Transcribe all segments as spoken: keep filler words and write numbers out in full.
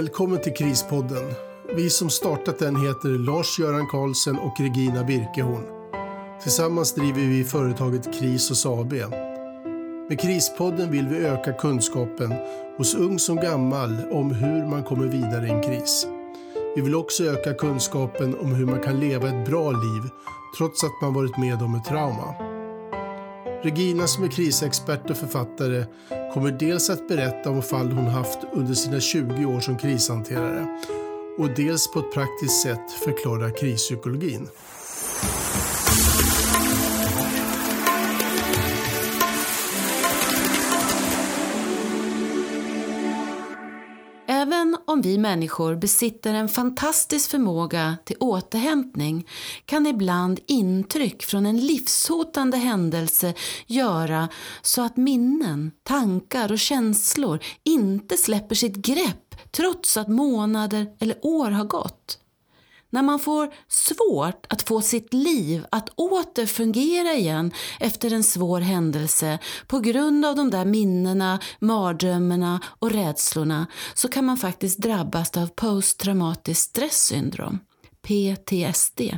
Välkommen till Krispodden. Vi som startat den heter Lars-Göran Karlsson och Regina Birkehorn. Tillsammans driver vi företaget Krisos A B. Med Krispodden vill vi öka kunskapen hos ung som gammal om hur man kommer vidare i en kris. Vi vill också öka kunskapen om hur man kan leva ett bra liv trots att man varit med om ett trauma. Regina som är krisexpert och författare kommer dels att berätta om fall hon haft under sina tjugo år som krishanterare och dels på ett praktiskt sätt förklara krispsykologin. Även om vi människor besitter en fantastisk förmåga till återhämtning kan ibland intryck från en livshotande händelse göra så att minnen, tankar och känslor inte släpper sitt grepp trots att månader eller år har gått. När man får svårt att få sitt liv att åter fungera igen efter en svår händelse på grund av de där minnena, mardrömmarna och rädslorna så kan man faktiskt drabbas av posttraumatiskt stresssyndrom, P T S D.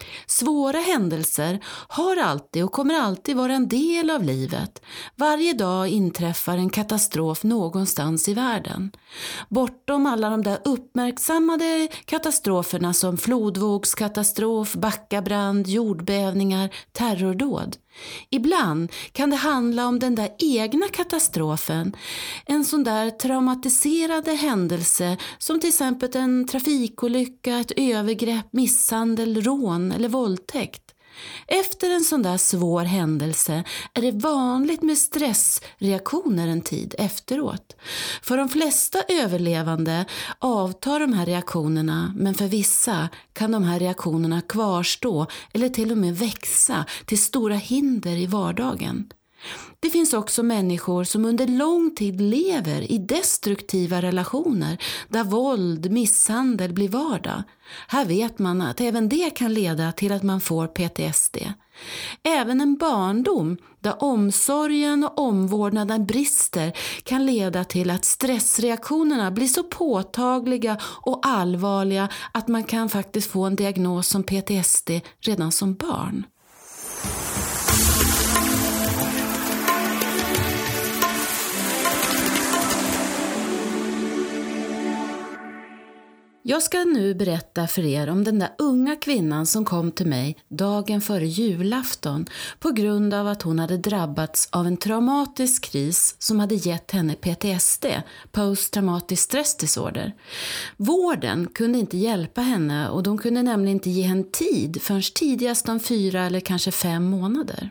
Svåra händelser har alltid och kommer alltid vara en del av livet. Varje dag inträffar en katastrof någonstans i världen. Bortom alla de där uppmärksammade katastroferna som flodvågskatastrof, backabrand, jordbävningar, terrordåd. Ibland kan det handla om den där egna katastrofen, en sån där traumatiserade händelse som till exempel en trafikolycka, ett övergrepp, misshandel, rån eller våldtäkt. Efter en sån där svår händelse är det vanligt med stressreaktioner en tid efteråt. För de flesta överlevande avtar de här reaktionerna, men för vissa kan de här reaktionerna kvarstå eller till och med växa till stora hinder i vardagen. Det finns också människor som under lång tid lever i destruktiva relationer där våld, misshandel blir vardag. Här vet man att även det kan leda till att man får P T S D. Även en barndom där omsorgen och omvårdnaden brister kan leda till att stressreaktionerna blir så påtagliga och allvarliga att man kan faktiskt få en diagnos som P T S D redan som barn. Jag ska nu berätta för er om den där unga kvinnan som kom till mig dagen före julafton på grund av att hon hade drabbats av en traumatisk kris som hade gett henne P T S D, posttraumatisk stressdisorder. Vården kunde inte hjälpa henne och de kunde nämligen inte ge henne tid förrän tidigast om fyra eller kanske fem månader.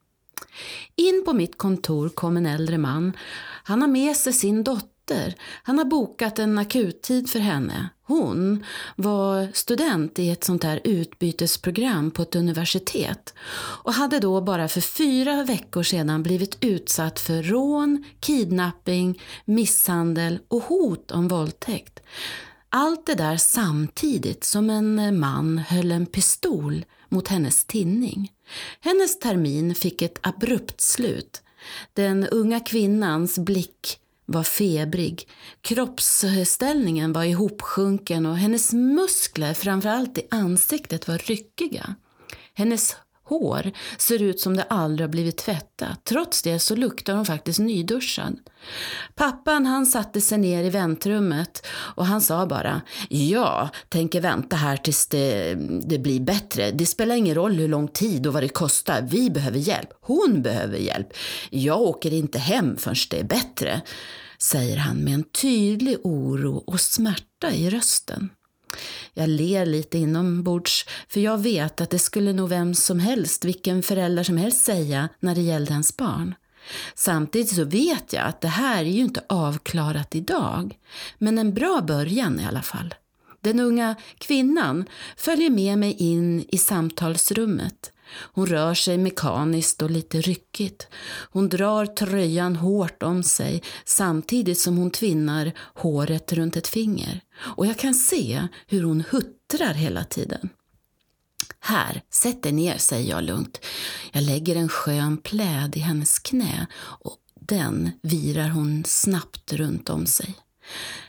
In på mitt kontor kom en äldre man. Han har med sig sin dotter. Han har bokat en akuttid för henne. Hon var student i ett sånt här utbytesprogram på ett universitet och hade då bara för fyra veckor sedan blivit utsatt för rån, kidnapping, misshandel och hot om våldtäkt. Allt det där samtidigt som en man höll en pistol mot hennes tinning. Hennes termin fick ett abrupt slut. Den unga kvinnans blick var febrig. Kroppsställningen var ihopsjunken och hennes muskler, framförallt i ansiktet, var ryckiga. Hennes hår ser ut som det aldrig har blivit tvättat. Trots det så luktar hon faktiskt nyduschad. Pappan han satte sig ner i väntrummet och han sa bara: "Jag tänker vänta här tills det, det blir bättre. Det spelar ingen roll hur lång tid och vad det kostar. Vi behöver hjälp. Hon behöver hjälp. Jag åker inte hem förrän det är bättre", säger han med en tydlig oro och smärta i rösten. Jag ler lite inombords för jag vet att det skulle nog vem som helst, vilken förälder som helst säga när det gällde ens barn. Samtidigt så vet jag att det här är ju inte avklarat idag, men en bra början i alla fall. Den unga kvinnan följer med mig in i samtalsrummet. Hon rör sig mekaniskt och lite ryckigt. Hon drar tröjan hårt om sig samtidigt som hon tvinnar håret runt ett finger. Och jag kan se hur hon huttrar hela tiden. "Här, sätt dig ner", säger jag lugnt. Jag lägger en skön pläd i hennes knä och den virar hon snabbt runt om sig.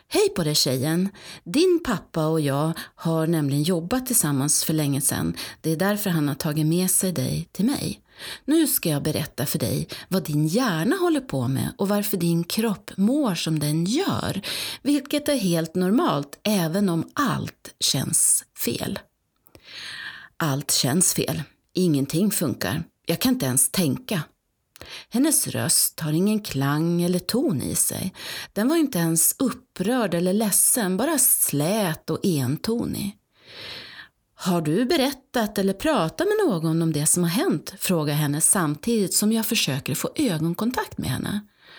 Hej på dig tjejen. Din pappa och jag har nämligen jobbat tillsammans för länge sedan. Det är därför han har tagit med sig dig till mig. Nu ska jag berätta för dig vad din hjärna håller på med och varför din kropp mår som den gör. Vilket är helt normalt även om allt känns fel. Allt känns fel. Ingenting funkar. Jag kan inte ens tänka. Hennes röst har ingen klang eller ton i sig. Den var inte ens upprörd eller ledsen, bara slät och entonig. Har du berättat eller pratat med någon om det som har hänt? Frågar henne samtidigt som jag försöker få ögonkontakt med henne.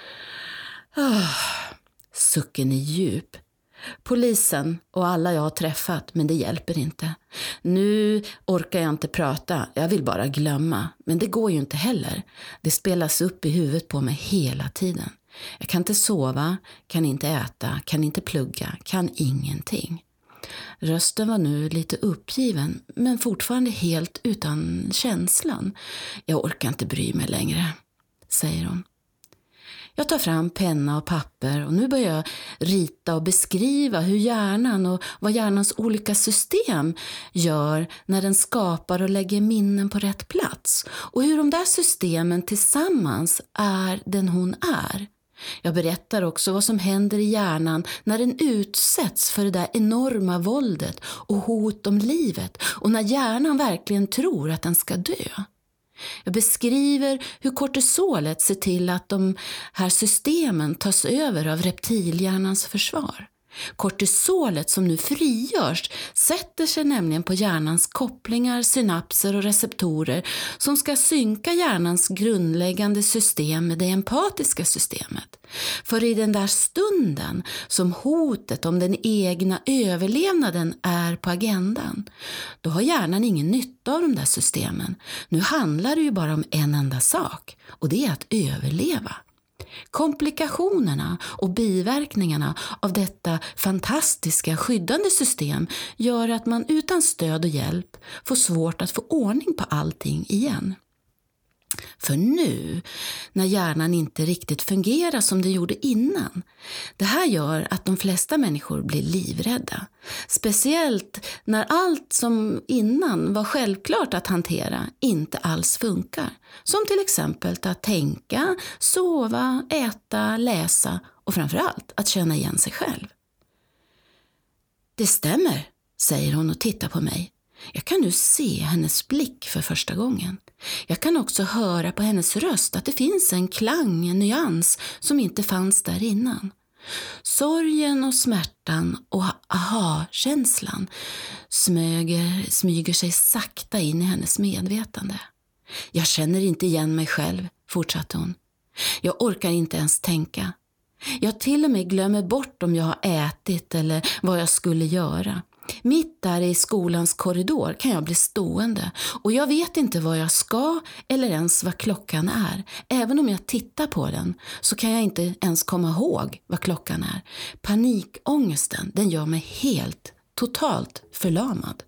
Oh, sucken är djup. Polisen och alla jag har träffat, men det hjälper inte. Nu orkar jag inte prata, jag vill bara glömma. Men det går ju inte heller. Det spelas upp i huvudet på mig hela tiden. Jag kan inte sova, kan inte äta, kan inte plugga, kan ingenting. Rösten var nu lite uppgiven, men fortfarande helt utan känslan. Jag orkar inte bry mig längre, säger hon. Jag tar fram penna och papper och nu börjar jag rita och beskriva hur hjärnan och vad hjärnans olika system gör när den skapar och lägger minnen på rätt plats. Och hur de där systemen tillsammans är den hon är. Jag berättar också vad som händer i hjärnan när den utsätts för det där enorma våldet och hot om livet och när hjärnan verkligen tror att den ska dö. Jag beskriver hur kortisolet ser till att de här systemen tas över av reptilhjärnans försvar. Kortisolet som nu frigörs sätter sig nämligen på hjärnans kopplingar, synapser och receptorer som ska synka hjärnans grundläggande system med det empatiska systemet. För i den där stunden som hotet om den egna överlevnaden är på agendan, då har hjärnan ingen nytta av de där systemen. Nu handlar det ju bara om en enda sak, och det är att överleva. Komplikationerna och biverkningarna av detta fantastiska skyddande system gör att man utan stöd och hjälp får svårt att få ordning på allting igen. För nu, när hjärnan inte riktigt fungerar som det gjorde innan, det här gör att de flesta människor blir livrädda. Speciellt när allt som innan var självklart att hantera inte alls funkar. Som till exempel att tänka, sova, äta, läsa och framförallt att känna igen sig själv. Det stämmer, säger hon och tittar på mig. Jag kan nu se hennes blick för första gången. Jag kan också höra på hennes röst att det finns en klang, en nyans som inte fanns där innan. Sorgen och smärtan och aha-känslan smyger, smyger sig sakta in i hennes medvetande. Jag känner inte igen mig själv, fortsatte hon. Jag orkar inte ens tänka. Jag till och med glömmer bort om jag har ätit eller vad jag skulle göra. Mitt där i skolans korridor kan jag bli stående och jag vet inte vad jag ska eller ens vad klockan är. Även om jag tittar på den så kan jag inte ens komma ihåg vad klockan är. Panikångesten, den gör mig helt, totalt förlamad.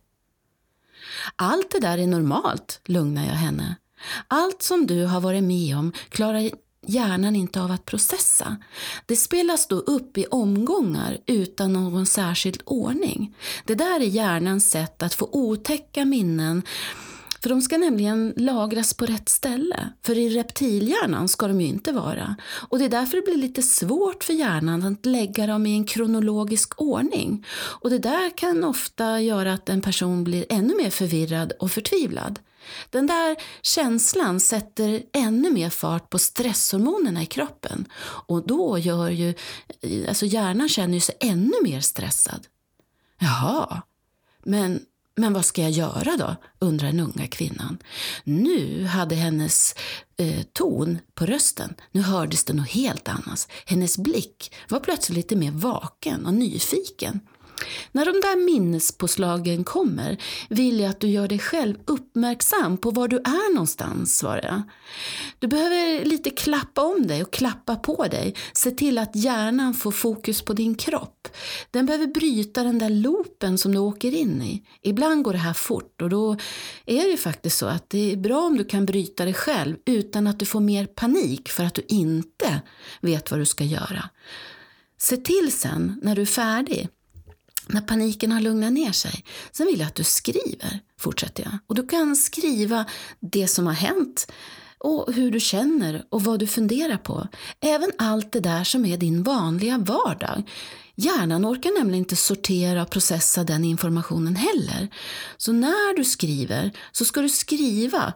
Allt det där är normalt, lugnar jag henne. Allt som du har varit med om klarar hjärnan inte av att processa. Det spelas då upp i omgångar utan någon särskild ordning. Det där är hjärnans sätt att få otäcka minnen, för de ska nämligen lagras på rätt ställe. För i reptilhjärnan ska de ju inte vara. Och det är därför det blir lite svårt för hjärnan att lägga dem i en kronologisk ordning. Och det där kan ofta göra att en person blir ännu mer förvirrad och förtvivlad. Den där känslan sätter ännu mer fart på stresshormonerna i kroppen. Och då gör ju, alltså hjärnan känner ju sig ännu mer stressad. Jaha, men, men vad ska jag göra då? Undrar den unga kvinnan. Nu hade hennes eh, ton på rösten, nu hördes det något helt annat. Hennes blick var plötsligt lite mer vaken och nyfiken. När de där minnespåslagen kommer vill jag att du gör dig själv uppmärksam på var du är någonstans, svarar jag. Du behöver lite klappa om dig och klappa på dig. Se till att hjärnan får fokus på din kropp. Den behöver bryta den där loopen som du åker in i. Ibland går det här fort och då är det ju faktiskt så att det är bra om du kan bryta det själv utan att du får mer panik för att du inte vet vad du ska göra. Se till sen när du är färdig, när paniken har lugnat ner sig, sen vill jag att du skriver, fortsätter jag. Och du kan skriva det som har hänt och hur du känner och vad du funderar på. Även allt det där som är din vanliga vardag. Hjärnan orkar nämligen inte sortera och processa den informationen heller. Så när du skriver så ska du skriva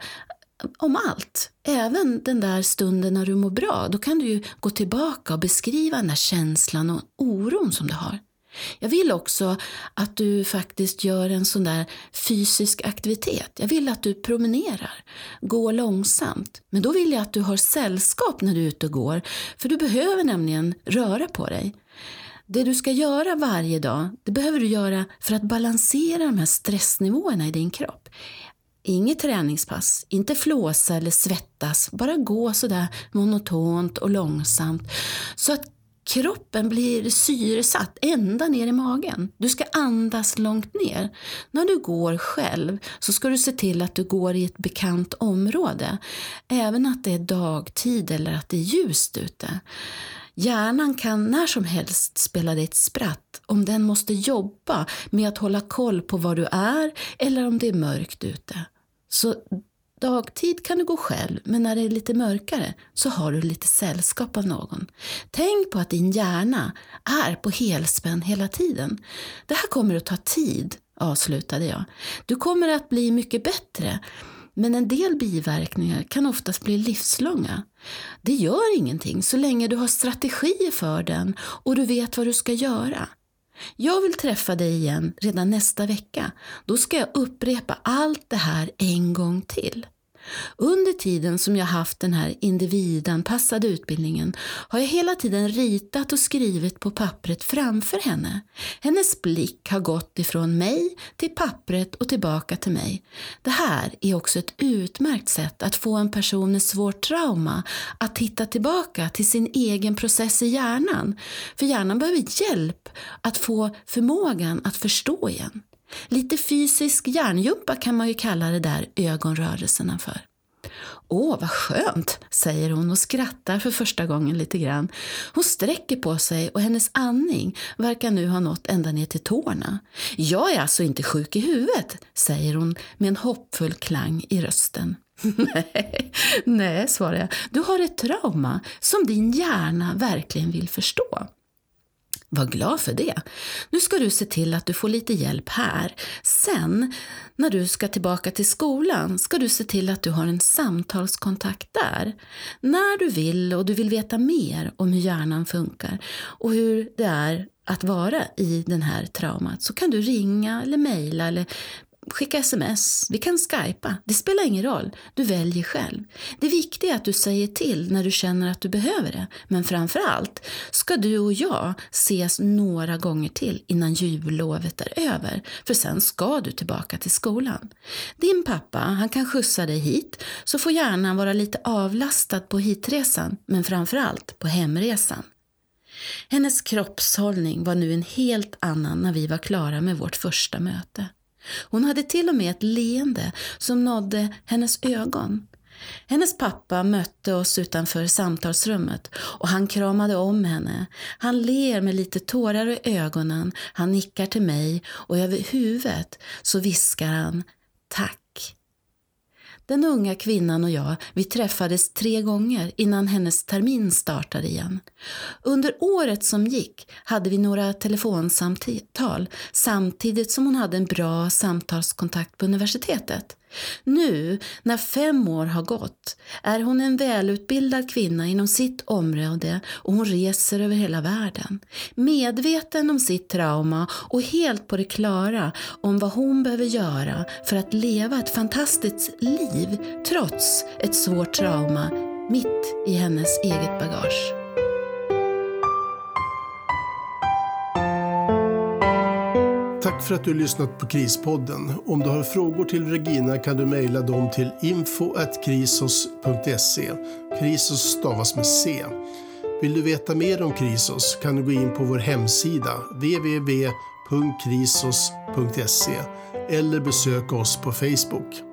om allt. Även den där stunden när du mår bra. Då kan du ju gå tillbaka och beskriva den där känslan och oron som du har. Jag vill också att du faktiskt gör en sån där fysisk aktivitet. Jag vill att du promenerar, går långsamt. Men då vill jag att du har sällskap när du är ute och går. För du behöver nämligen röra på dig. Det du ska göra varje dag, det behöver du göra för att balansera de här stressnivåerna i din kropp. Inget träningspass, inte flåsa eller svettas, bara gå så där monotont och långsamt så att kroppen blir syresatt ända ner i magen. Du ska andas långt ner. När du går själv så ska du se till att du går i ett bekant område. Även att det är dagtid eller att det är ljust ute. Hjärnan kan när som helst spela dig ett spratt om den måste jobba med att hålla koll på var du är eller om det är mörkt ute. Så dagtid kan du gå själv, men när det är lite mörkare så har du lite sällskap av någon. Tänk på att din hjärna är på helspänn hela tiden. Det här kommer att ta tid, avslutade jag. Du kommer att bli mycket bättre, men en del biverkningar kan oftast bli livslånga. Det gör ingenting så länge du har strategier för den och du vet vad du ska göra. Jag vill träffa dig igen redan nästa vecka. Då ska jag upprepa allt det här en gång till. Under tiden som jag haft den här individanpassade utbildningen har jag hela tiden ritat och skrivit på pappret framför henne. Hennes blick har gått ifrån mig till pappret och tillbaka till mig. Det här är också ett utmärkt sätt att få en person med svårt trauma att hitta tillbaka till sin egen process i hjärnan. För hjärnan behöver hjälp att få förmågan att förstå igen. Lite fysisk hjärngympa kan man ju kalla det där ögonrörelserna för. Åh, vad skönt, säger hon och skrattar för första gången lite grann. Hon sträcker på sig och hennes andning verkar nu ha nått ända ner till tårna. Jag är alltså inte sjuk i huvudet, säger hon med en hoppfull klang i rösten. nej, nej, svarar jag. Du har ett trauma som din hjärna verkligen vill förstå. Var glad för det. Nu ska du se till att du får lite hjälp här. Sen, när du ska tillbaka till skolan, ska du se till att du har en samtalskontakt där. När du vill och du vill veta mer om hur hjärnan funkar och hur det är att vara i den här traumat, så kan du ringa eller mejla eller skicka sms, vi kan skypa, det spelar ingen roll, du väljer själv. Det viktiga är att du säger till när du känner att du behöver det, men framförallt ska du och jag ses några gånger till innan jullovet är över, för sen ska du tillbaka till skolan. Din pappa, han kan skjutsa dig hit, så får hjärnan vara lite avlastad på hitresan, men framförallt på hemresan. Hennes kroppshållning var nu en helt annan när vi var klara med vårt första möte. Hon hade till och med ett leende som nådde hennes ögon. Hennes pappa mötte oss utanför samtalsrummet och han kramade om henne. Han ler med lite tårar i ögonen, han nickar till mig och över huvudet så viskar han tack. Den unga kvinnan och jag, vi träffades tre gånger innan hennes termin startade igen. Under året som gick hade vi några telefonsamtal samtidigt som hon hade en bra samtalskontakt på universitetet. Nu, när fem år har gått, är hon en välutbildad kvinna inom sitt område och hon reser över hela världen. Medveten om sitt trauma och helt på det klara om vad hon behöver göra för att leva ett fantastiskt liv trots ett svårt trauma mitt i hennes eget bagage. Tack för att du har lyssnat på Krispodden. Om du har frågor till Regina kan du mejla dem till info at krisos punkt se. Krisos stavas med C. Vill du veta mer om Krisos kan du gå in på vår hemsida w w w punkt krisos punkt se eller besöka oss på Facebook.